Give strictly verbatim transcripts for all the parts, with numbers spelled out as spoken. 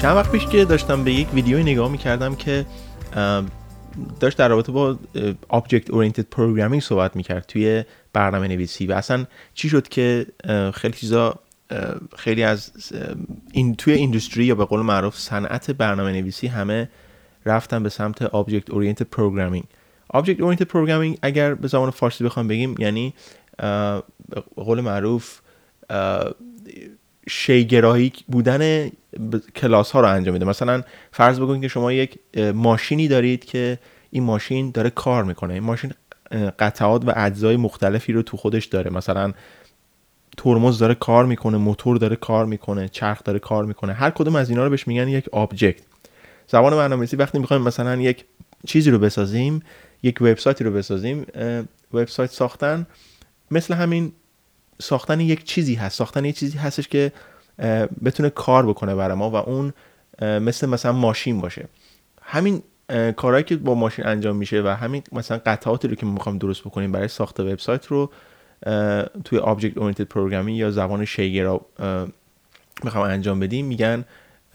چند وقت پیش که داشتم به یک ویدیو نگاه میکردم که داشت در رابطه با Object Oriented Programming صحبت میکرد توی برنامه نویسی و اصلا چی شد که خیلی چیزا خیلی از این توی اینداستری یا به قول معروف صنعت برنامه نویسی همه رفتن به سمت Object Oriented Programming. Object Oriented Programming اگر به زبان فارسی بخوام بگیم یعنی به قول معروف شیگرایی بودن کلاس ها رو انجام میده. مثلا فرض بکنید که شما یک ماشینی دارید که این ماشین داره کار میکنه. این ماشین قطعات و اجزای مختلفی رو تو خودش داره. مثلا ترمز داره کار میکنه، موتور داره کار میکنه، چرخ داره کار میکنه. هر کدوم از اینا رو بهش میگن یک آبجکت. زبان برنامه‌نویسی وقتی میخوایم مثلا یک چیزی رو بسازیم، یک وبسایتی رو بسازیم، وبسایت ساختن مثل همین ساختن یک چیزی هست. ساختن یک چیزی هستش که بتونه کار بکنه برای ما و اون مثل مثلا ماشین باشه. همین کارهایی که با ماشین انجام میشه و همین مثلا قطعاتی رو که ما میخوایم درست بکنیم برای ساخت وبسایت رو توی Object Oriented Programming یا زبان شیگرا میخوایم انجام بدیم میگن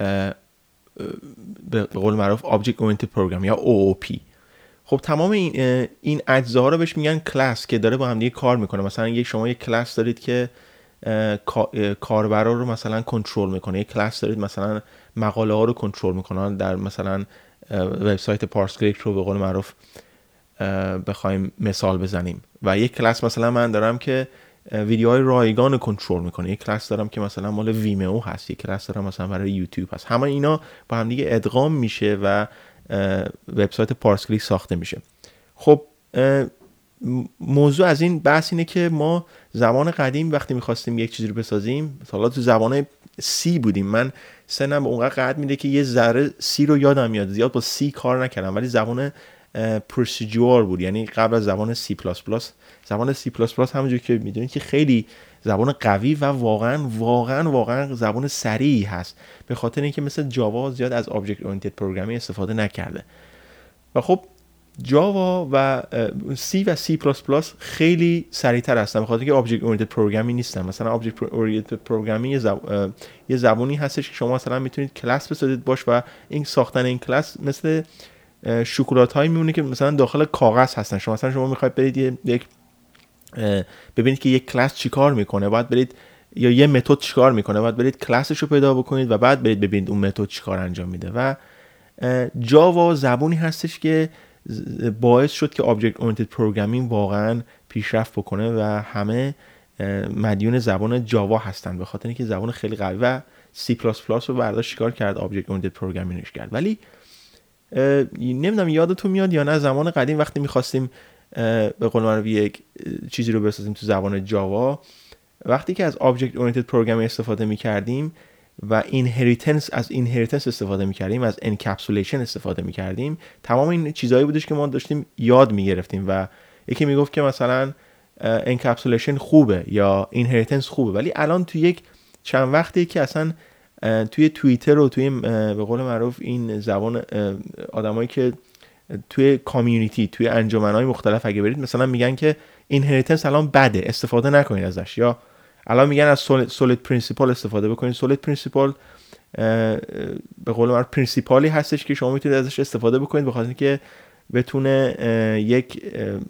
به قول معروف Object Oriented Programming یا او او پی. خب تمام این این اجزاها رو بهش میگن کلاس که داره با هم دیگه کار میکنه. مثلا یک شما یک کلاس دارید که کاربرا رو مثلا کنترل میکنه. یک کلاس دارید مثلا مقاله ها رو کنترل میکنه. در مثلا وبسایت پارسکریپت رو به قول معروف بخوایم مثال بزنیم و یک کلاس مثلا من دارم که ویدیوهای رایگان رو کنترل میکنه. یک کلاس دارم که مثلا مال ویمیو هست. یک کلاس دارم مثلا برای یوتیوب هست. همه اینا با هم دیگه ادغام میشه و وبسایت پارسکلیک ساخته میشه. خب موضوع از این بحث اینه که ما زمان قدیم وقتی میخواستیم یک چیزی رو بسازیم، حالا تو زبان سی بودیم. من سنم اونقدر قد میده که یه ذره سی رو یادم میاد. زیاد با سی کار نکردم ولی زبان پروسیجور بود، یعنی قبل از زبان سی پلاس پلاس. زبان سی پلاس پلاس همونجوری که میدونید که خیلی زبان قوی و واقعا واقعا واقعا زبان سریعی هست، به خاطر اینکه مثل جاوا زیاد از Object Oriented Programming استفاده نکرده. و خب جاوا و سی و سی پلاس پلاس خیلی سریعتر هستن به خاطر اینکه Object Oriented Programming نیستن. مثلا Object Oriented Programming یه, زب... یه زبانی هستش که شما مثلا میتونید کلاس بسازید باش و این ساختن این کلاس مثل شکلات هایی میمونه که مثلا داخل کاغذ هستن. شما مثلا شما میخواید برید یک ببینید که یک کلاس چیکار میکنه، باید برید یا یه متد چیکار میکنه، باید برید کلاسش رو پیدا بکنید و بعد برید ببینید اون متد چیکار انجام میده. و جاوا زبانی هستش که باعث شد که Object Oriented Programming واقعا پیشرفت بکنه و همه مدیون زبان جاوا هستن به خاطر اینکه زبان خیلی قوی و سی پلاس پلاس رو برداشت چیکار کرد Object Oriented Programmingش کرد. ولی نمیدونم یادتون میاد یا نه زمان قدیم وقتی میخواستیم به قول معروف یک چیزی رو بسازیم تو زبان جاوا، وقتی که از Object Oriented Programming استفاده میکردیم و inheritance از inheritance استفاده میکردیم، از encapsulation استفاده میکردیم، تمام این چیزایی بودش که ما داشتیم یاد میگرفتیم و یکی میگفت که مثلا encapsulation خوبه یا inheritance خوبه. ولی الان تو یک چند وقتی که اصلا توی توییتر و توی به قول معروف این زبان آدمایی که توی کامیونیتی توی انجمنهای مختلف اگه برید مثلا میگن که inheritance الان بده، استفاده نکنید ازش. یا الان میگن از solid principle استفاده بکنید. solid principle به قول معروف پرینسیپالی هستش که شما میتونید ازش استفاده بکنید به خاطر اینکه بتونه یک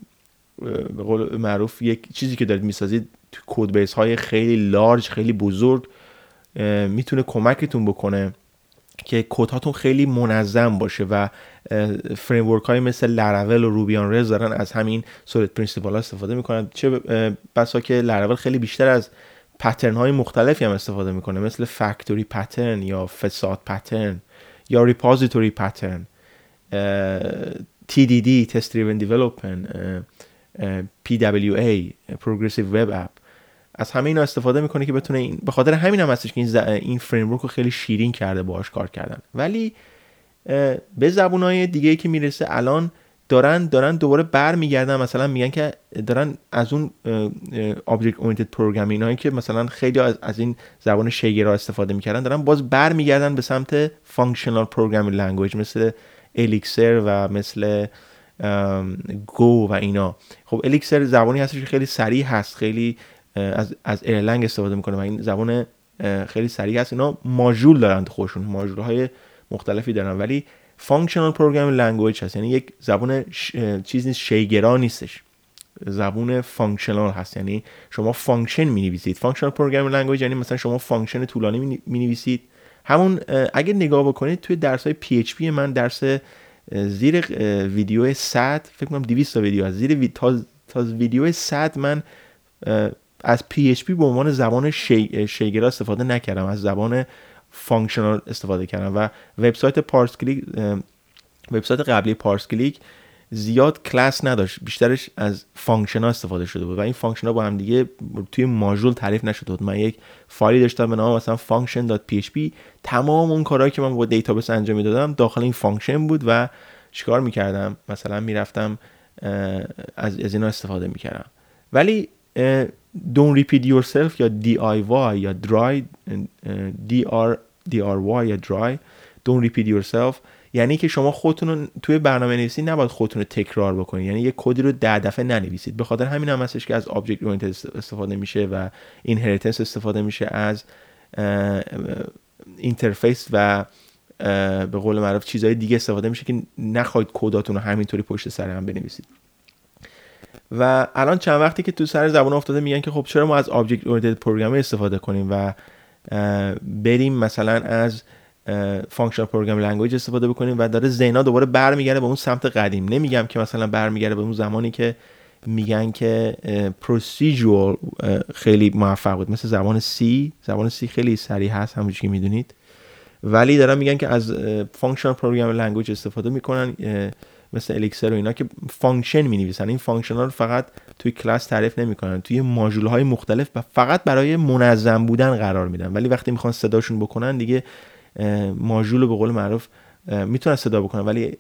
به قول معروف یک چیزی که دارید میسازید تو کد بیس های خیلی لارج خیلی بزرگ میتونه کمکتون بکنه که کد هاتون خیلی منظم باشه و فریم ورک های مثل لاراول و روبی آن ریلز دارن از همین سولید پرینسیپل ها استفاده میکنن. چه بسا که لاراول خیلی بیشتر از پترن های مختلفی هم استفاده میکنه مثل فکتوری پترن یا فساد پترن یا ریپوزیتوری پترن، تی دی دی تست دریون دیولپمنت، پی دبلیو ای پروگرسیو وب اپ، از همه اینا استفاده میکنه که بتونه این به خاطر همین هم هستش که این, این فریم ورک رو خیلی شیرین کرده باهاش کار کردن. ولی به زبونهای دیگه که میرسه الان دارن دارن دوباره برمیگردن، مثلا میگن که دارن از اون Object Oriented Programming هایی که مثلا خیلی از, از این زبان شیگرا استفاده میکردن دارن باز برمیگردن به سمت Functional Programming Language مثل الیکسر و مثل گو و اینا. خب الیکسر زبانی هستش که خیلی سریع هست، خیلی از از ارلنگ استفاده میکنه و این زبان خیلی سریع هست. اینا ماژول دارن خودشون، ماژول های مختلفی دارن، ولی فانکشنال پروگرامینگ لنگویج هست، یعنی یک زبان ش... چیز نیست، شیگرا نیستش، زبون فانکشنال هست، یعنی شما فانکشن می‌نویسید. فانکشنال پروگرامینگ لنگویج یعنی مثلا شما فانکشن طولانی می‌نویسید. همون اگه نگاه بکنید توی درس‌های پی اچ پی من، درس زیر ویدیو صد فکر کنم دویست تا ویدیو از زیر وی... تا تا ویدیو صد من از پی اچ پی به عنوان زبان شی... شیگرا استفاده نکردم، از زبان فانکشنال استفاده کردم. و وبسایت پارس کلیک، وبسایت قبلی پارس کلیک زیاد کلاس نداشت، بیشترش از فانکشن ها استفاده شده بود و این فانکشن ها با هم دیگه توی ماژول تعریف نشده بود. من یک فایلی داشتم به نام مثلا function dot p h p، تمام اون کارهایی که من با دیتابیس انجام میدادم داخل این فانکشن بود و چیکار میکردم؟ مثلا میرفتم از از اینا استفاده میکردم. ولی don't repeat yourself یا دی آی وای یا dry دی آر دی آر وای یا dry don't repeat yourself یعنی که شما خودتون رو توی برنامه نویسی نباید خودتون رو تکرار بکنید، یعنی یک کدی رو ده دفعه ننویسید. به خاطر همین هم هستش که از object oriented استفاده میشه و inheritance استفاده میشه، از اینترفیس و به قول معروف چیزهای دیگه استفاده میشه که نخواید کداتون رو همینطوری پشت سر هم بنویسید. و الان چند وقتی که تو سر زبان افتاده میگن که خب چرا ما از object oriented programming استفاده کنیم و بریم مثلا از فانکشنال پروگرامینگ لنگویج استفاده بکنیم و داره ذهنا دوباره برمیگرده به اون سمت قدیم. نمیگم که مثلا برمیگرده به اون زمانی که میگن که پروسیجوال خیلی موفق بود، مثل زبان سی. زبان سی خیلی سریع هست همونجوری که میدونید، ولی دارن میگن که از فانکشنال پروگرامینگ لنگویج استفاده میکنن مثل الیکسر و اینا که فانکشن مینویسن. این فانکشنال فقط توی کلاس تعریف نمیکنن، توی ماژول های مختلف فقط برای منظم بودن قرار میدن، ولی وقتی میخوان صداشون بکنن دیگه ماژول رو به قول معروف میتونن صدا بکنن، ولی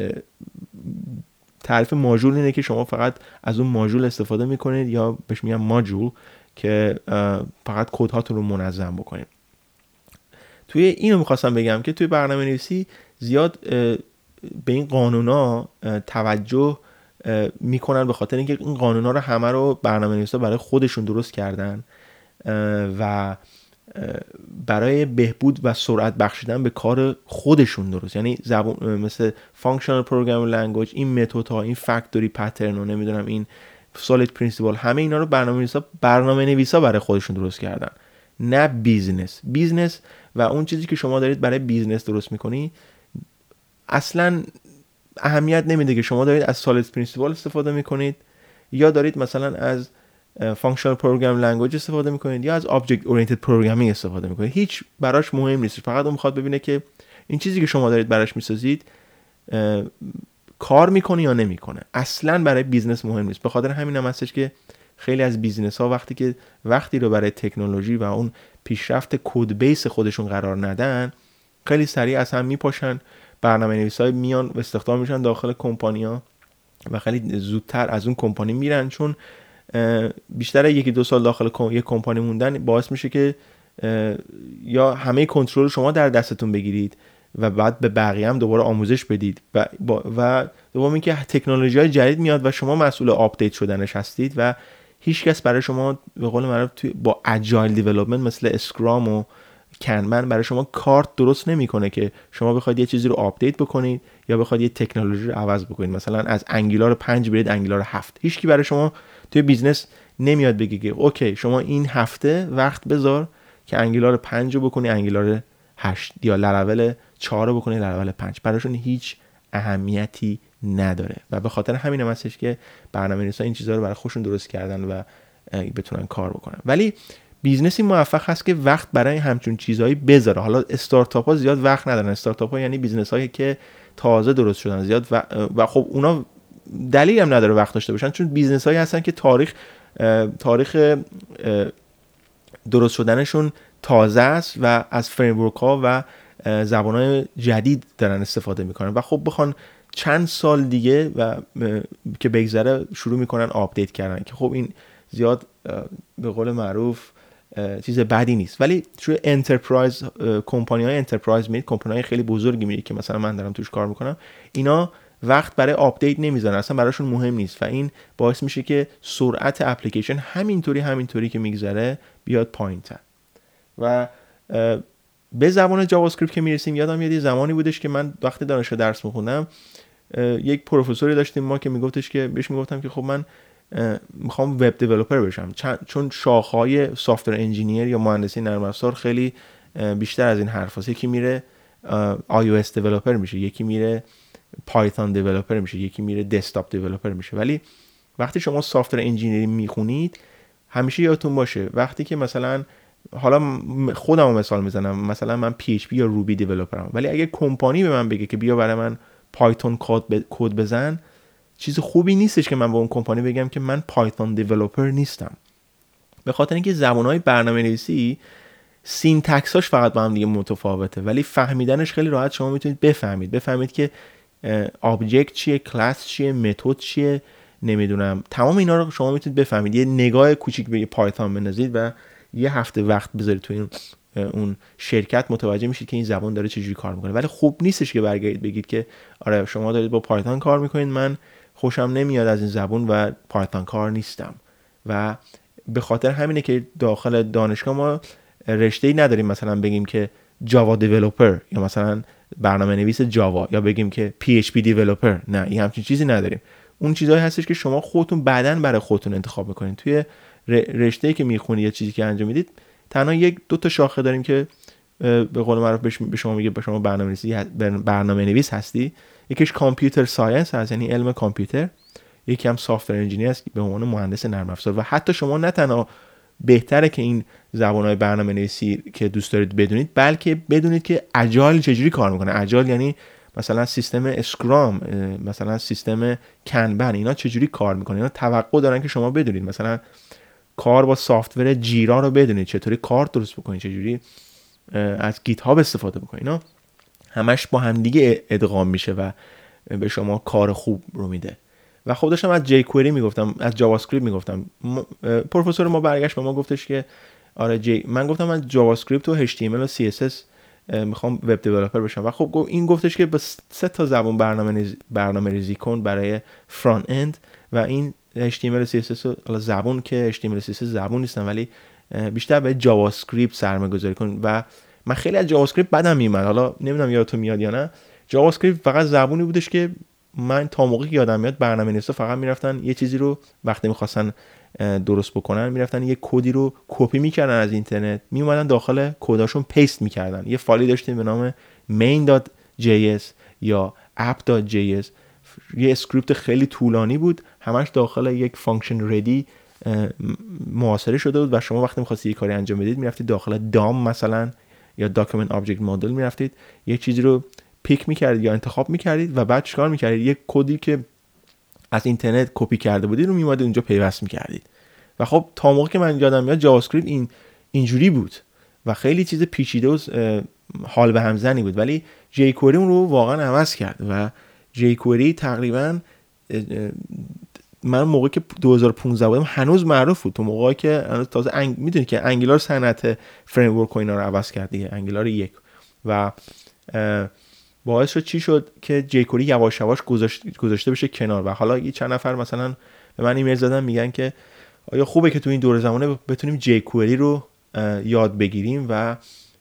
تعریف ماژول اینه که شما فقط از اون ماژول استفاده میکنید یا بهش میگن ماژول که فقط کد هاتون رو منظم بکنید. توی اینو میخواستم بگم که توی برنامه نویسی زیاد به این قانونا توجه میکنن، به خاطر اینکه این قانونا رو همه رو برنامه نویسا برای خودشون درست کردن و برای بهبود و سرعت بخشیدن به کار خودشون درست. یعنی زبان مثل فانکشنال پروگرامینگ لنگویج، این متد ها، این فکتوری پترن و نمیدونم این سولید پرینسیپل، همه اینا رو برنامه نویسا برنامه نویسا برای خودشون درست کردن، نه بیزنس. بیزنس و اون چیزی که شما دارید برای بیزنس درست میکنی اصلا اهمیت نمیده که شما دارید از سولید پرینسیپل استفاده میکنید یا دارید مثلا از فانکشنال پروگرامینگ لنگویج استفاده میکنید یا از object oriented programming استفاده میکنید. هیچ براش مهم نیست، فقط اون میخواد ببینه که این چیزی که شما دارید براش میسازید کار میکنه یا نمیکنه. اصلا برای بیزنس مهم نیست. به خاطر همین هم هستش که خیلی از بیزنس ها وقتی که وقتی رو برای تکنولوژی و اون پیشرفت کد بیس خودشون قرار ندن، خیلی سریع از هم میپاشن. برنامه‌نویسای میان و استخدام میشن داخل کمپانی‌ها و خیلی زودتر از اون کمپانی میرن، چون بیشتر یکی دو سال داخل یک کمپانی موندن باعث میشه که یا همه کنترل شما در دستتون بگیرید و بعد به بقیه هم دوباره آموزش بدید و و دوم اینکه تکنولوژی‌های جدید میاد و شما مسئول آپدیت شدنش هستید و هیچ کس برای شما به قول معروف با اجایل دیولپمنت مثل اسکرام و کنمن برای شما کارت درست نمیکنه که شما بخواید یه چیزی رو آپدیت بکنید یا بخواید یه تکنولوژی رو عوض بکنید، مثلا از انگولار پنج برید انگولار هفت. هیچ کی برای شما توی بیزنس نمیاد بگه که اوکی شما این هفته وقت بذار که انگولار پنج رو بکنی انگولار هشت یا لرول چهار رو بکنی لرول پنج. براشون هیچ اهمیتی نداره و به خاطر همین هم هستش که برنامه‌نویسا این چیزا رو برای خودشون درست کردن و بتونن کار بکنن. ولی بیزنسی موفق هست که وقت برای همچون چیزهایی بذاره. حالا استارتاپ ها زیاد وقت ندارن. استارتاپ ها یعنی بیزنس هایی که تازه درست شدن زیاد و, و خب اونا دلیل هم نداره وقت داشته باشن، چون بیزنس هایی هستن که تاریخ تاریخ درست شدنشون تازه است و از فریمورک ها و زبان های جدید دارن استفاده میکنن و خب بخوان چند سال دیگه و که بگذره شروع میکنن آپدیت کردن که خب این زیاد به قول معروف چیز بدی نیست. ولی توی انترپرایز کمپانی های انترپرایز میرید، کمپانی های خیلی بزرگی میرید که مثلا من دارم توش کار میکنم، اینا وقت برای آپدیت نمیذارن، اصلا براشون مهم نیست و این باعث میشه که سرعت اپلیکیشن همینطوری همینطوری که میگذره بیاد پایین‌تر. و به زبان جاوا اسکریپت که میرسیم، یادم میاد یه زمانی بودش که من وقتی دانشگاه درس میخوندم یک پروفسوری داشتیم ما که میگفتش که بهش میگفتم که خب من میخوام وب دیولپر بشم، چون شاخه‌های سافتور انجینیر یا مهندسی نرم افزار خیلی بیشتر از این حرفاست. یکی میره آی او اس دیولپر میشه، یکی میره پایتون دیولپر میشه، یکی میره دسکتاپ دیولپر میشه. ولی وقتی شما سافتور انجینیری میخونید همیشه یادتون باشه وقتی که مثلا، حالا خودمو مثال میزنم، مثلا من پی اچ پی یا روبی دیولپرم، ولی اگه کمپانی به من بگه که بیا برای من پایتون کد بزن، چیز خوبی نیستش که من به اون کمپانی بگم که من پایتون دیولپر نیستم. به خاطر اینکه زبانهای برنامه‌نویسی سینتکساش فقط با هم دیگه متفاوته، ولی فهمیدنش خیلی راحت شما میتونید بفهمید بفهمید که آبجکت چیه، کلاس چیه، متد چیه، نمیدونم، تمام اینا رو شما میتونید بفهمید. یه نگاه کوچیک به پایتون بندازید و یه هفته وقت بذارید تو این اون شرکت، متوجه میشید که این زبان داره چجوری کار میکنه. ولی خوب نیستش که برگردید بگید که آره شما دارید با پایتون کار میکنید، من خوشم نمیاد از این زبان و پایتون کار نیستم. و به خاطر همینه که داخل دانشگاه ما رشته‌ای نداریم مثلا بگیم که جاوا دیولپر یا مثلا برنامه نویس جاوا، یا بگیم که پی اچ پی دیولپر. نه، این همچین چیزی نداریم. اون چیزایی هستش که شما خودتون بعداً برای خودتون انتخاب میکنید. توی رشته‌ای که میخونید یا چیزی که انجام میدید، تنها یک دو تا شاخه داریم که به قول معروف به شما میگه به شما برنامه‌نویسی برنامه نویس هستی. یکیش کامپیوتر ساینس هست، یعنی علم کامپیوتر، یکی هم سافتور انجینیر است به عنوان مهندس نرم افزار. و حتی شما نه تنها بهتره که این زبان‌های برنامه‌نویسی که دوست دارید بدونید، بلکه بدونید که اجایل چجوری کار میکنه. اجایل یعنی مثلا سیستم اسکرام، مثلا سیستم کنبن، اینا چجوری کار میکنه. اینا توقع دارن که شما بدونید. مثلا کار با سافتور جیرا رو بدونید، چطوری کار درست بکنید، چجوری از گیت هاب استفاده بکنید. اینا همش با هم دیگه ادغام میشه و به شما کار خوب رو میده. و خب داشتم از جی کوئری میگفتم، از جاوا اسکریپت میگفتم. پروفسور ما برگشت به ما گفتش که آره جی، من گفتم من جاوا اسکریپت و اچ تی ام ال و سی اس اس میخوام وب دیولپر بشم. و خب این گفتش که بس سه تا زبان برنامه برنامه ریزی کن برای فرانت اند، و این اچ تی ام ال و سی اس اس حالا زبون که اچ تی ام ال و سی اس اس زبون نیستن، ولی بیشتر به جاوا اسکریپت سرمایه‌گذاری کن. و من خیلی از جاوا اسکریپت بدم میومد. حالا نمیدونم یادتون میاد یا نه، جاوا اسکریپت فقط زبونی بودش که من تا موقعی که یادم میاد برنامه‌نویسا فقط میرفتن یه چیزی رو وقتی میخواستن درست بکنن، میرفتن یه کدی رو کپی میکردن از اینترنت، میومدن داخل کداشون پیست میکردن. یه فایلی داشتیم به نام main.js یا app.js، یه اسکریپت خیلی طولانی بود، همش داخل یک فانکشن ردی محاصره شده بود و شما وقتی می‌خواستید یه کاری انجام بدید میرفتید داخل دام مثلا یا داکیومنت آبجکت مدل، میرفتید یه چیزی رو پیک میکردید یا انتخاب میکردید و بعد چیکار میکردید؟ یک کدی که از اینترنت کپی کرده بودید رو میومدید اونجا پیوست میکردید. و خب تا موقعی که من یادم میاد جاوا اسکریپت این اینجوری بود و خیلی چیز پیچیده و حال به هم زنی بود. ولی جی کوئری اون رو واقعا عوض کرد و جی کوئری تقریبا من موقعی که دو هزار و پانزده بودم هنوز معروف بود. تو موقعی که تازه انگ... میدونی که انگولار صنعت فریم ورک و اینا رو عوض کرد دیگه، انگولار یک. و باعث شد چی شد که جی کوئری یواش یواش گذاشته بشه کنار. و حالا یه چند نفر مثلا به من ایمیل زدن میگن که آیا خوبه که تو این دوره زمانه بتونیم جی کوئری رو یاد بگیریم. و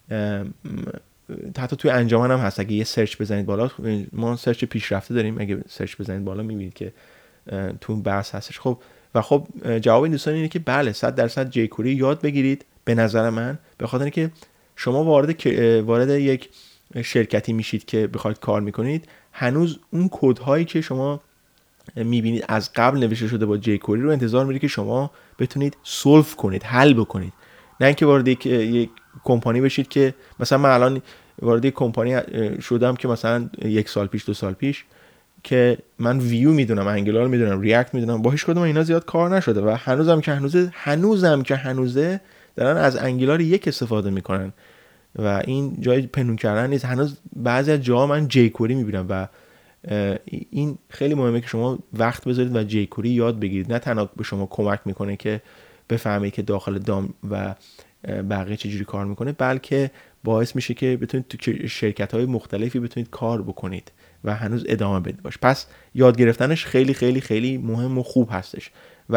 حتی توی انجمن هم هست، اگه یه سرچ بزنید بالا، ما سرچ پیشرفته داریم، اگه سرچ بزنید بالا میبینید که تو اون بحث هستش. خب و خب جواب این دوستان اینه که بله صد درصد جی کوئری یاد بگیرید به نظر من، به خاطر اینکه شما وارد وارد یک شرکتی میشید که بخواید کار میکنید، هنوز اون کدهایی که شما میبینید از قبل نوشته شده با جی کوئری رو انتظار میره که شما بتونید سولو کنید، حل بکنید. نه اینکه وارد یک, یک کمپانی بشید که مثلا من الان وارد یک کمپانی شدم که مثلا یک سال پیش دو سال پیش که من ویو میدونم، انگولار میدونم، ریاکت میدونم، با هیچ کدوم اینا زیاد کار نشده و هنوزم که هنوزه هنوزم که هنوزه دارن از انگولار یک استفاده میکنن و این جای پنهون کردن نیست. هنوز بعضی از جاها من جی کوئری میبینم و این خیلی مهمه که شما وقت بذارید و جی کوئری یاد بگیرید. نه تنها به شما کمک میکنه که بفهمید که داخل دام و بقیه چجوری کار میکنه، بلکه باعث میشه که بتونید تو شرکت‌های مختلفی بتونید کار بکنید و هنوز ادامه بدید باش. پس یاد گرفتنش خیلی خیلی خیلی مهم و خوب هستش. ولی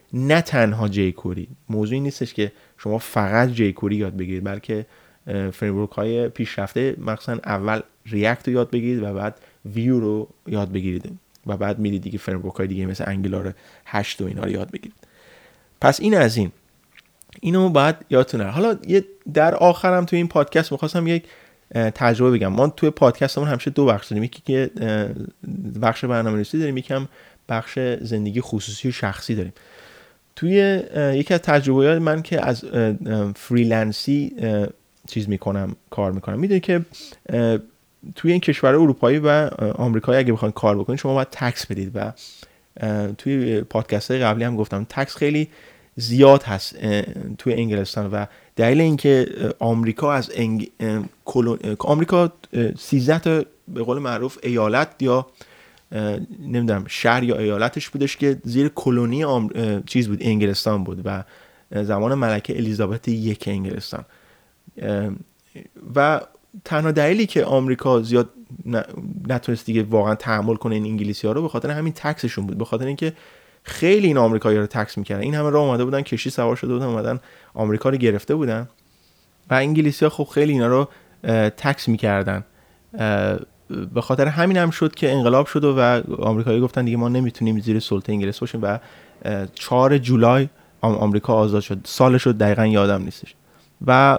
نه تنها جیکوری. موضوعی نیستش که شما فقط جیکوری یاد بگیرید، بلکه فریمورک های پیشرفته مثلا اول ریاکت رو یاد بگیرید و بعد ویو رو یاد بگیرید و بعد میرید دیگه فریمورک های دیگه مثل انگولار هشت و اینا رو یاد بگیرید. پس این از این اینو باید یادتونه. حالا یه در آخرم توی این پادکست می‌خواستم یک تجربه بگم. ما توی پادکستمون همیشه دو بخش داریم، یکی که بخش برنامه‌نویسی داریم، یکم بخش زندگی خصوصی و شخصی داریم. توی یکی از تجربه‌های من که از فریلنسی چیز میکنم کار میکنم، میدونی که توی این کشور اروپایی و آمریکایی اگه بخواید کار بکنید شما باید تکس بدید و توی پادکست‌های قبلی هم گفتم تکس خیلی زیاد هست توی انگلستان و دلیل اینکه آمریکا از انگ... کلون... آمریکا سیزده تا به قول معروف ایالت یا نمیدونم شهر یا ایالتش بودش که زیر کلونی آم... چیز بود، انگلستان بود و زمان ملکه الیزابت یک انگلستان. و تنها دلیلی که آمریکا زیاد نتونست دیگه واقعا تحمل کنه این انگلیسی ها رو به خاطر همین تکسشون بود، به خاطر اینکه خیلی این آمریکایی‌ها رو تکس می‌کردن. این همه راه اومده بودن، کشتی سوار شده بودن، اومدن آمریکا رو گرفته بودن و انگلیسی‌ها خب خیلی اینا رو تکس می‌کردن. به خاطر همین هم شد که انقلاب شد و آمریکایی‌ها گفتن دیگه ما نمیتونیم زیر سلطه انگلیس باشیم و چهارم جولای آمریکا آزاد شد. سالش رو دقیقاً یادم نیستش. و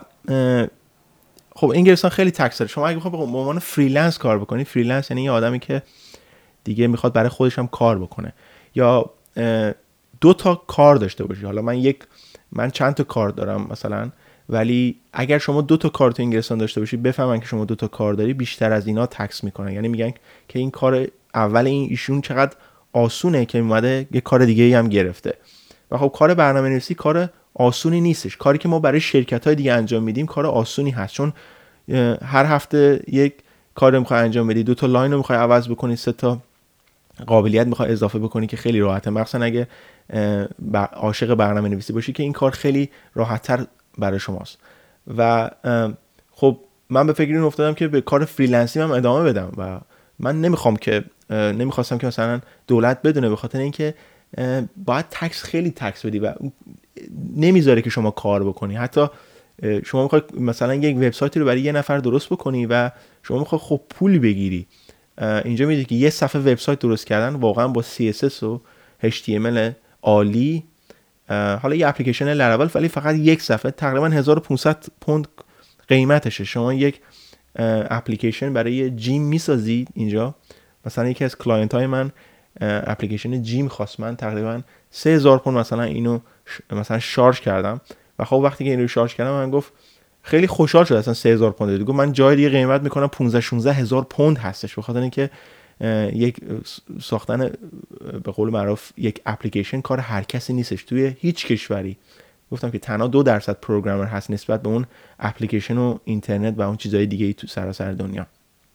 خب انگلستان خیلی تکس داره. شما اگه بخواید به عنوان فریلنس کار بکنی، فریلنس یعنی یه آدمی که دیگه میخواد برای خودش هم کار بکنه یا دو تا کار داشته باشی. حالا من یک من چند تا کار دارم مثلا، ولی اگر شما دو تا کار تو انگلستان داشته باشی بفهمن که شما دو تا کار داری، بیشتر از اینا تکس میکنن. یعنی میگن که این کار اول این ایشون چقدر آسونه که اومده یه کار دیگه ای هم گرفته. و خب کار برنامه‌نویسی کار آسونی نیستش. کاری که ما برای شرکت‌های دیگه انجام میدیم کار آسونی هست، چون هر هفته یک کار میخوای انجام بدی، دو تا لاین رو میخوای عوض بکنی، سه تا قابلیت میخوای اضافه بکنی که خیلی راحته، مخصوصا اگه عاشق برنامه‌نویسی باشی که این کار خیلی راحت‌تر برای شماست. و خب من به فکر این افتادم که به کار فریلنسی من ادامه بدم و من نمیخوام که نمیخواستم که مثلا دولت بدونه، به خاطر اینکه باید تکس خیلی تکس بدی و نمیذاره که شما کار بکنی. حتی شما میخوای مثلا یک وبسایتی رو برای یه نفر درست بکنی و شما میخوای خب پول بگیری، اینجا میدونی که یه صفحه وبسایت درست کردن واقعا با سی اس اس و اچ تی ام ال عالی، حالا یه اپلیکیشن لراول ولی فقط یک صفحه تقریبا هزار و پانصد پوند قیمتشه. شما یک اپلیکیشن برای جیم میسازید اینجا، مثلا یکی از کلاینت های من اپلیکیشن جیم خواست، من تقریبا سه هزار پوند مثلا اینو مثلا شارژ کردم و خب وقتی که اینو شارژ کردم من گفت خیلی خوشحال شد اصلا سه هزار پوند. دیگه من جای دیگه قیمت میکنم پانزده شانزده هزار پوند هستش، به خاطر اینکه یک ساختن به قول معروف یک اپلیکیشن کار هر کسی نیستش توی هیچ کشوری. گفتم که تنها دو درصد پروگرامر هست نسبت به اون اپلیکیشن و اینترنت و اون چیزهای دیگه ای تو سراسر دنیا.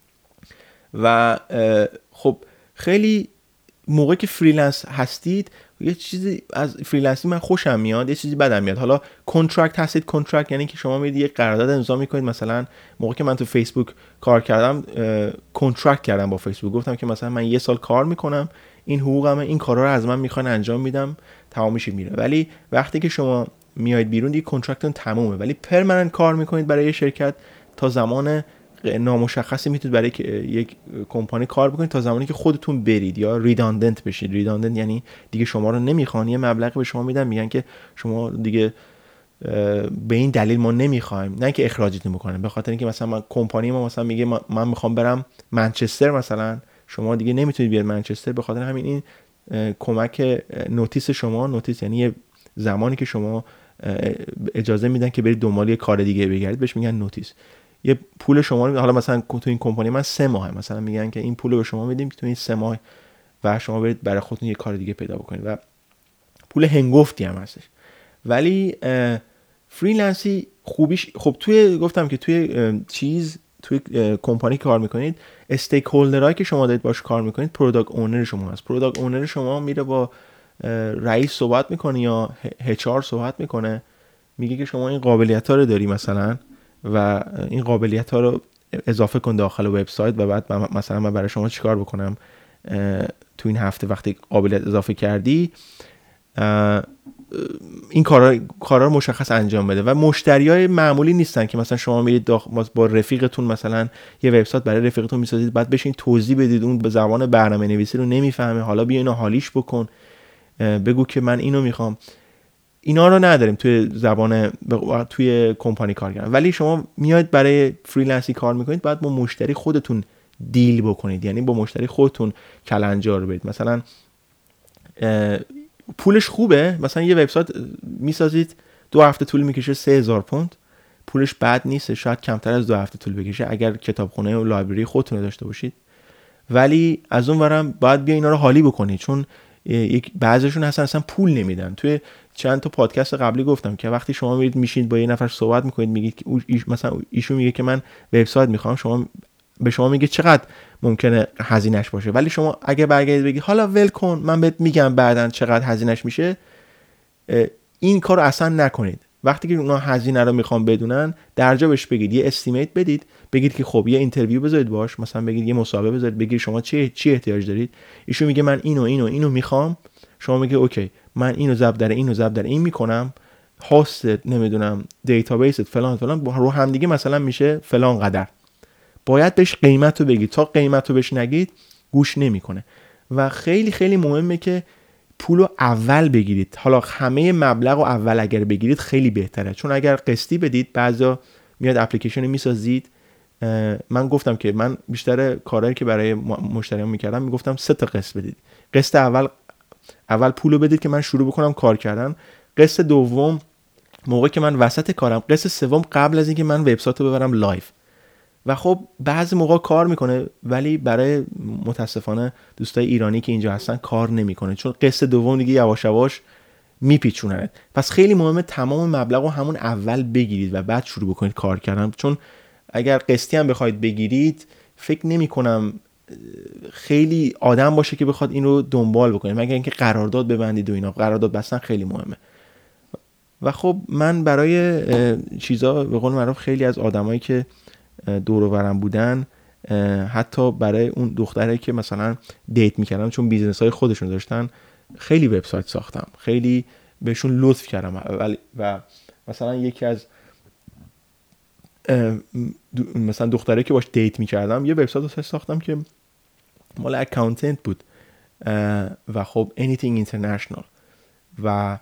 و خب خیلی موقعی که فریلنس هستید یه چیزی از فریلنسی من خوشم میاد، یه چیزی بدم میاد. حالا کانترکت هستید، کانترکت یعنی که شما میید یه قرارداد امضا میکنید. مثلا موقعی که من تو فیسبوک کار کردم کانترکت کردم با فیسبوک، گفتم که مثلا من یه سال کار میکنم، این حقوقمه، این کارا رو از من میخوان انجام میدم، تمام میشه میره. ولی وقتی که شما میایید بیرون دیگه کانترکتتون تمومه، ولی پرمننت کار میکنید برای یه شرکت تا زمان نامشخصی میتونید برای یک کمپانی کار بکنید تا زمانی که خودتون برید یا ریداندنت بشید. ریداندنت یعنی دیگه شما رو نمیخوان، یه مبلغی به شما میدن، میگن که شما دیگه به این دلیل ما نمیخوایم، نه که اخراجتون بکنن، به خاطر اینکه مثلا من کمپانی ما مثلا میگه من میخوام برم منچستر، مثلا شما دیگه نمیتونید بیاید منچستر، به خاطر همین این کمک نوتیس شما، نوتیس یعنی یه زمانی که شما اجازه میدن که برید دنبال یه کار دیگه بگردید بهش میگن نوتیس. یه پول شما رو حالا مثلا تو این کمپانی من سه ماه مثلا میگن که این پول رو به شما میدیم که تو این سه ماه و شما برید برای خودتون یه کار دیگه پیدا بکنید و پول هنگفتی هم هستش. ولی فریلنسی خوبیش خب توی گفتم که توی چیز توی کمپانی کار میکنید، استیک هولدرایی که شما دارید باش کار میکنید پروداکت اونر شما هست. پروداکت اونر شما میره با رئیس صحبت میکنه یا اچ آر صحبت میکنه، میگه که شما این قابلیت‌ها رو داری مثلا و این قابلیت‌ها رو اضافه کن داخل وبسایت و بعد مثلا من برای شما چیکار بکنم تو این هفته وقتی قابلیت اضافه کردی این کارا کارا رو مشخص انجام بده. و مشتریای معمولی نیستن که مثلا شما میرید با رفیقتون مثلا یه وبسایت برای رفیقتون میسازید، بعد بشین توضیح بدید، اون به زبان برنامه‌نویسی رو نمیفهمه، حالا بیا اینو حالیش بکن، بگو که من اینو میخوام. اینا رو نداریم توی زبان توی کمپانی کار کردن. ولی شما میاد برای فریلنسی کار میکنید، بعد با مشتری خودتون دیل بکنید، یعنی با مشتری خودتون کلنجار برید. مثلا پولش خوبه، مثلا یه وبسایت میسازید دو هفته طول میکشه سه هزار پوند، پولش بد نیست، شاید کمتر از دو هفته طول بکشه اگر کتابخونه و لایبرری خودتون داشته باشید. ولی از اون ورم باید بیا اینا رو حالی بکنید، چون یک بعضیشون هستن اصلا پول نمیدن. توی چند تا پادکست قبلی گفتم که وقتی شما میرید میشینید با یه نفر صحبت میکنید، میگید که ایش مثلا ایشون میگه که من وبسایت میخوام، شما به شما میگه چقدر ممکنه هزینه‌اش باشه، ولی شما اگه برگردید بگید حالا ول کن من بهت میگم بعدن چقدر هزینه‌اش میشه، این کارو اصلا نکنید. وقتی که اونا هزینه رو میخوام بدونن، درجا بهش بگید یه استیمیت بدید، بگید که خب یه اینترویو بذارید باش، مثلا بگید یه مصاحبه بذارید، بگید شما چی چی احتیاج دارید، ایشون میگه من اینو اینو اینو میخوام، شما میگه اوکی من اینو ضرب در اینو ضرب در این میکنم، هاست نمیدونم دیتابیس فلان فلان رو هم دیگه مثلا میشه فلان قدر. باید بهش قیمت رو بگید، تا قیمت رو بهش نگید گوش نمیکنه. و خیلی خیلی مهمه که پولو اول بگیرید. حالا همه مبلغ رو اول اگر بگیرید خیلی بهتره، چون اگر قسطی بدید بعضیا میاد اپلیکیشن میسازید. من گفتم که من بیشتر کارهایی که برای مشتریان میکردم میگفتم سه تا قسط بدید. قسط اول اول پولو بدید که من شروع بکنم کار کردن، قسط دوم موقعی که من وسط کارم، قسط سوم قبل از اینکه من وبسایت رو ببرم لایو. و خب بعضی موقع کار میکنه، ولی برای متاسفانه دوستای ایرانی که اینجا هستن کار نمیکنه، چون قسط دوم دیگه یواش یواش میپیچونن. پس خیلی مهمه تمام مبلغ رو همون اول بگیرید و بعد شروع بکنید کار کردن، چون اگر قسطی هم بخواید بگیرید فکر نمیکنم خیلی آدم باشه که بخواد این رو دنبال بکنه، مگر اینکه قرارداد ببندید و اینا. قرارداد بستن خیلی مهمه. و خب من برای چیزا به قول معروف خیلی از آدمایی که دور و برم بودن، حتی برای اون دختره که مثلا دیت میکردم، چون بیزنس های خودشون داشتن، خیلی وبسایت ساختم، خیلی بهشون لطف کردم. و مثلا یکی از مثلا دختره که باش دیت میکردم یه وبسایت رو ساختم که مال اکاونتنت بود و خب anything international، و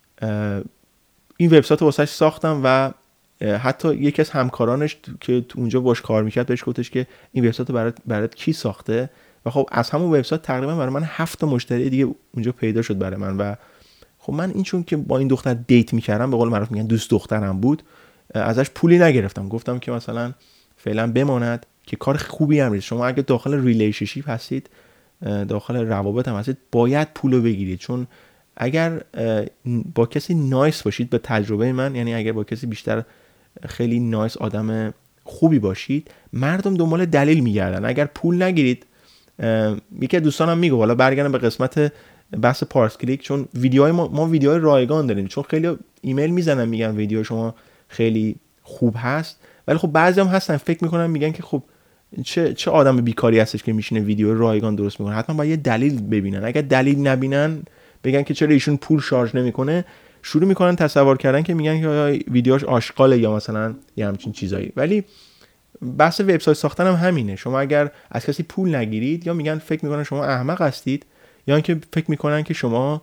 این وبسایت رو واسش ساختم و حتی یکی از همکارانش که اونجا باش کار میکرد بهش گفتش که این وبسایت رو برات برات کی ساخته. و خب از همون وبسایت تقریبا برای من هفت تا مشتری دیگه اونجا پیدا شد برای من. و خب من این چون که با این دختر دیت میکردم، به قول معروف میگن دوست دخترم بود، ازش پولی نگرفتم. گفتم که مثلا فعلا بماند، که کار خوبی هم نیست. شما اگه داخل ریلیشنشیپ هستید، داخل روابط هم هستید، باید پولو بگیرید، چون اگر با کسی نایس باشید، به تجربه من، یعنی اگر با کسی بیشتر خیلی نایس آدم خوبی باشید، مردم دنبال دلیل میگردن. اگر پول نگیرید، یکی از دوستانم میگه، حالا برگردم به قسمت بحث پارس کلیک، چون ویدیوهای ما ما ویدیوهای رایگان داریم، چون خیلی ایمیل میزنن میگن ویدیو شما خیلی خوب هست، ولی خب بعضی هم هستن فکر میکنن میگن که خب چه چه آدم بیکاری هستش که میشینه ویدیو رایگان درست میکنه. حتما باید یه دلیل ببینن. اگر دلیل نبینن، بگن که چرا ایشون پول شارژ نمیکنه، شروع میکنن تصور کردن که میگن که ویدیوش آشغاله یا مثلا یه همچین چیزایی. ولی بحث وبسایت ساختن هم همینه. شما اگر از کسی پول نگیرید، یا میگن فکر میکنن شما احمق هستید، یا اینکه فکر میکنن که شما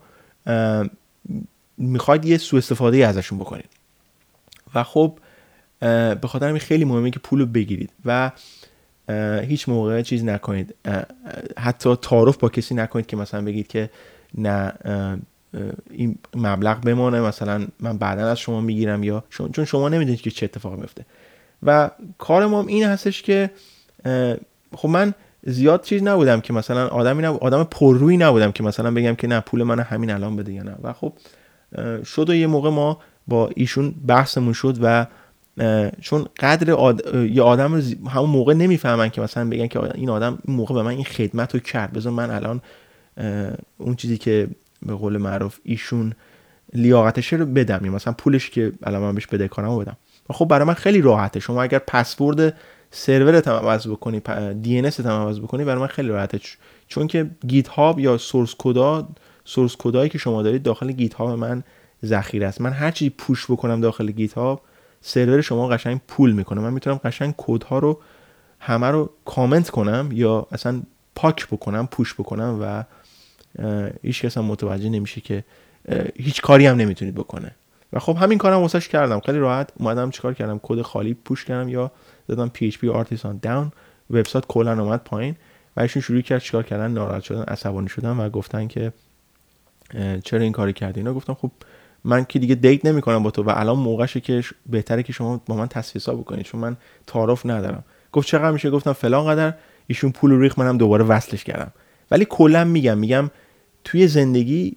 میخواید یه سوء استفاده ازشون بکنید. و خب به خاطر همین خیلی مهمه که پولو بگیرید و هیچ موقع چیز نکنید، حتی تعارف با کسی نکنید که مثلا بگید که نه این مبلغ بمانه، مثلا من بعداً از شما میگیرم، یا چون شما نمیدونید که چه اتفاقی میفته. و کار ما این هستش که خب من زیاد چیز نبودم که مثلا آدمی نبودم، آدم پررویی نبودم که مثلا بگم که نه پول من همین الان بده یا نه. و خب شد و یه موقع ما با ایشون بحثمون شد و چون قدر آد... یه آدم رو همون موقع نمیفهمن که مثلا بگن که این آدم این موقع به من این خدمت رو کرد، بذار من الان اون چیزی که به قول معروف ایشون لیاقتش رو بدم، یا مثلا پولش که الان من بهش بده کارم رو بدم. و خب برای من خیلی راحته. شما اگر پسورد سرورت هم عوض بکنی، دی ان اس هم عوض بکنی، برای من خیلی راحته، چون که گیت هاب یا سورس کدا سورس کدایی که شما دارید داخل گیت هاب من ذخیره است. من هر چی پوش بکنم داخل گیت هاب سرور شما قشنگ پول میکنه. من میتونم قشنگ کد ها رو همه رو کامنت کنم یا اصلا پاک بکنم، پوش بکنم و هیچ کس هم متوجه نمیشه که هیچ کاری هم نمیتونید بکنه. و خب همین کارم واسش کردم، خیلی راحت اومدم چیکار کردم، کد خالی پوش کردم یا دادم پی اچ پی آرتیسان داون، وبسایت کلا اومد پایین و ایشون شروع کرد چیکار کردن، ناراحت شدن، عصبانی شدن و گفتن که چرا این کاری کردی. اینا گفتم خب من که دیگه دیت نمیکنم با تو و الان موقعشه که بهتره که شما با من تصفیه حساب بکنید چون من تعارف ندارم. گفت چقدر میشه؟ گفتم فلان قدر. ایشون پول رو ریخت، منم دوباره وصلش کردم. ولی کلا میگم میگم توی زندگی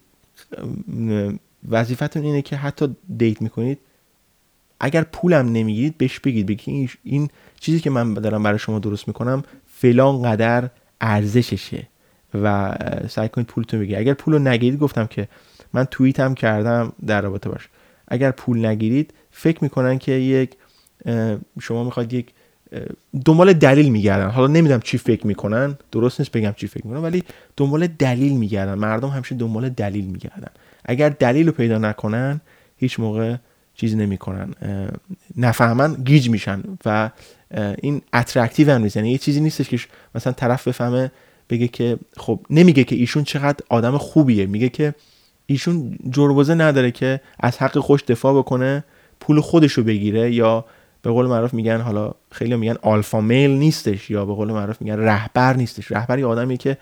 وظیفتون اینه که حتی دیت میکنید اگر پولم نمیگیرید بهش بگید، بگید این چیزی که من دارم برای شما درست میکنم فلان قدر ارزششه و سعی کنید پولتون بگیرید. اگر پولو نگیرید، گفتم که من توییت هم کردم در رابطه باش، اگر پول نگیرید فکر میکنن که یک شما میخواد یک دنبال دلیل میگردن. حالا نمیدونم چی فکر میکنن، درست نیست بگم چی فکر میکنن، ولی دنبال دلیل میگردن. مردم همیشه دنبال دلیل میگردن. اگر دلیل رو پیدا نکنن هیچ موقع چیز نمیکنن، نفهمن گیج میشن و این اترکتیو هم نیست. یعنی یه چیزی نیستش که مثلا طرف بفهمه بگه که خب نمیگه که ایشون چقدر آدم خوبیه، میگه که ایشون جربوزه نداره که از حق خوش دفاع بکنه، پول خودشو بگیره، یا به قول معروف میگن، حالا خیلی میگن آلفا میل نیستش، یا به قول معروف میگن رهبر نیستش. رهبر یه آدمیه که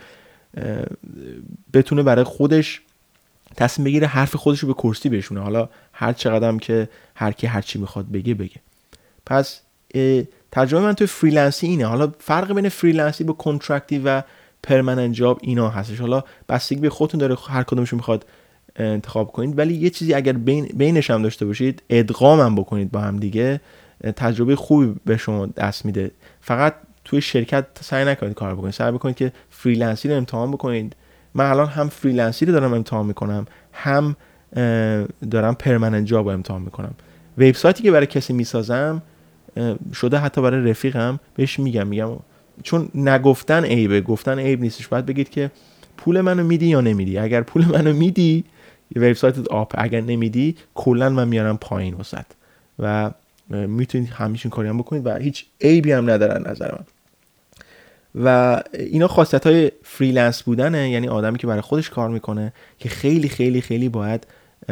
بتونه برای خودش تصمیم بگیره، حرف خودش رو به کرسی بشونه، حالا هر چقدرم که هر کی هر چی میخواد بگه بگه. پس تجربه من توی فریلنسی اینه. حالا فرق بین فریلنسی با کانترکتی و پرمننت جاب اینا هستش. حالا بستگی به خودتون داره هر کدومشو میخواد انتخاب کنید، ولی یه چیزی اگر بین بینش هم داشته باشید، ادغام هم بکنید با هم دیگه، تجربه خوبی به شما دست میده. فقط توی شرکت سعی نکنید کار بکنید، سعی بکنید که فریلنسی رو امتحان بکنید. من الان هم فریلنسی رو دارم امتحان میکنم، هم دارم پرمننت جاب رو امتحان میکنم. وبسایتی که برای کسی میسازم شده حتی برای رفیقم، بهش میگم میگم چون نگفتن عیبه، گفتن عیب نیستش. باید بگید که پول منو میدی یا نمیدی. اگر پول منو میدی یه وبسایتت آپ، اگر نمیدی کلا من میارم پایین وسط و میتونید همیشه کاری هم بکنید و هیچ عیبی هم ندارن نظر من. و اینا خاصیت‌های فریلنس بودنه، یعنی آدمی که برای خودش کار میکنه که خیلی خیلی خیلی باید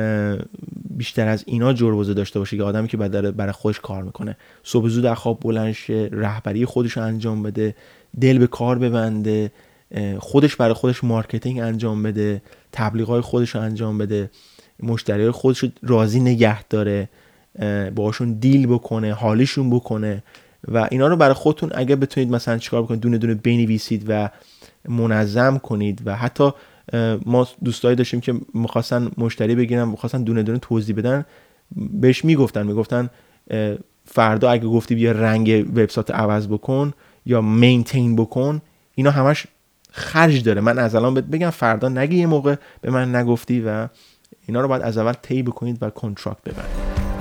بیشتر از اینا جربوزه داشته باشه، که آدمی که برای خودش کار میکنه، صبح زود از خواب بلند شه، رهبری خودش رو انجام بده، دل به کار ببنده، خودش برای خودش مارکتینگ انجام بده، تبلیغات خودش رو انجام بده، مشتریای خودش رو راضی نگه داره، باهاشون دیل بکنه، حالیشون بکنه. و اینا رو برای خودتون اگه بتونید مثلا چیکار بکنید، دونه دونه بنویسید و منظم کنید. و حتی ما دوستایی داشتیم که می‌خواستن مشتری بگیرن، می‌خواستن دونه دونه توضیح بدن، بهش میگفتن میگفتن فردا اگه گفتی بیا رنگ وبسایت عوض بکن یا مینتین بکن، اینا همش خرج داره. من از الان بهت بگم فردا نگی یه موقع به من نگفتی، و اینا رو باید از اول طی بکنید و کانترکت ببندید.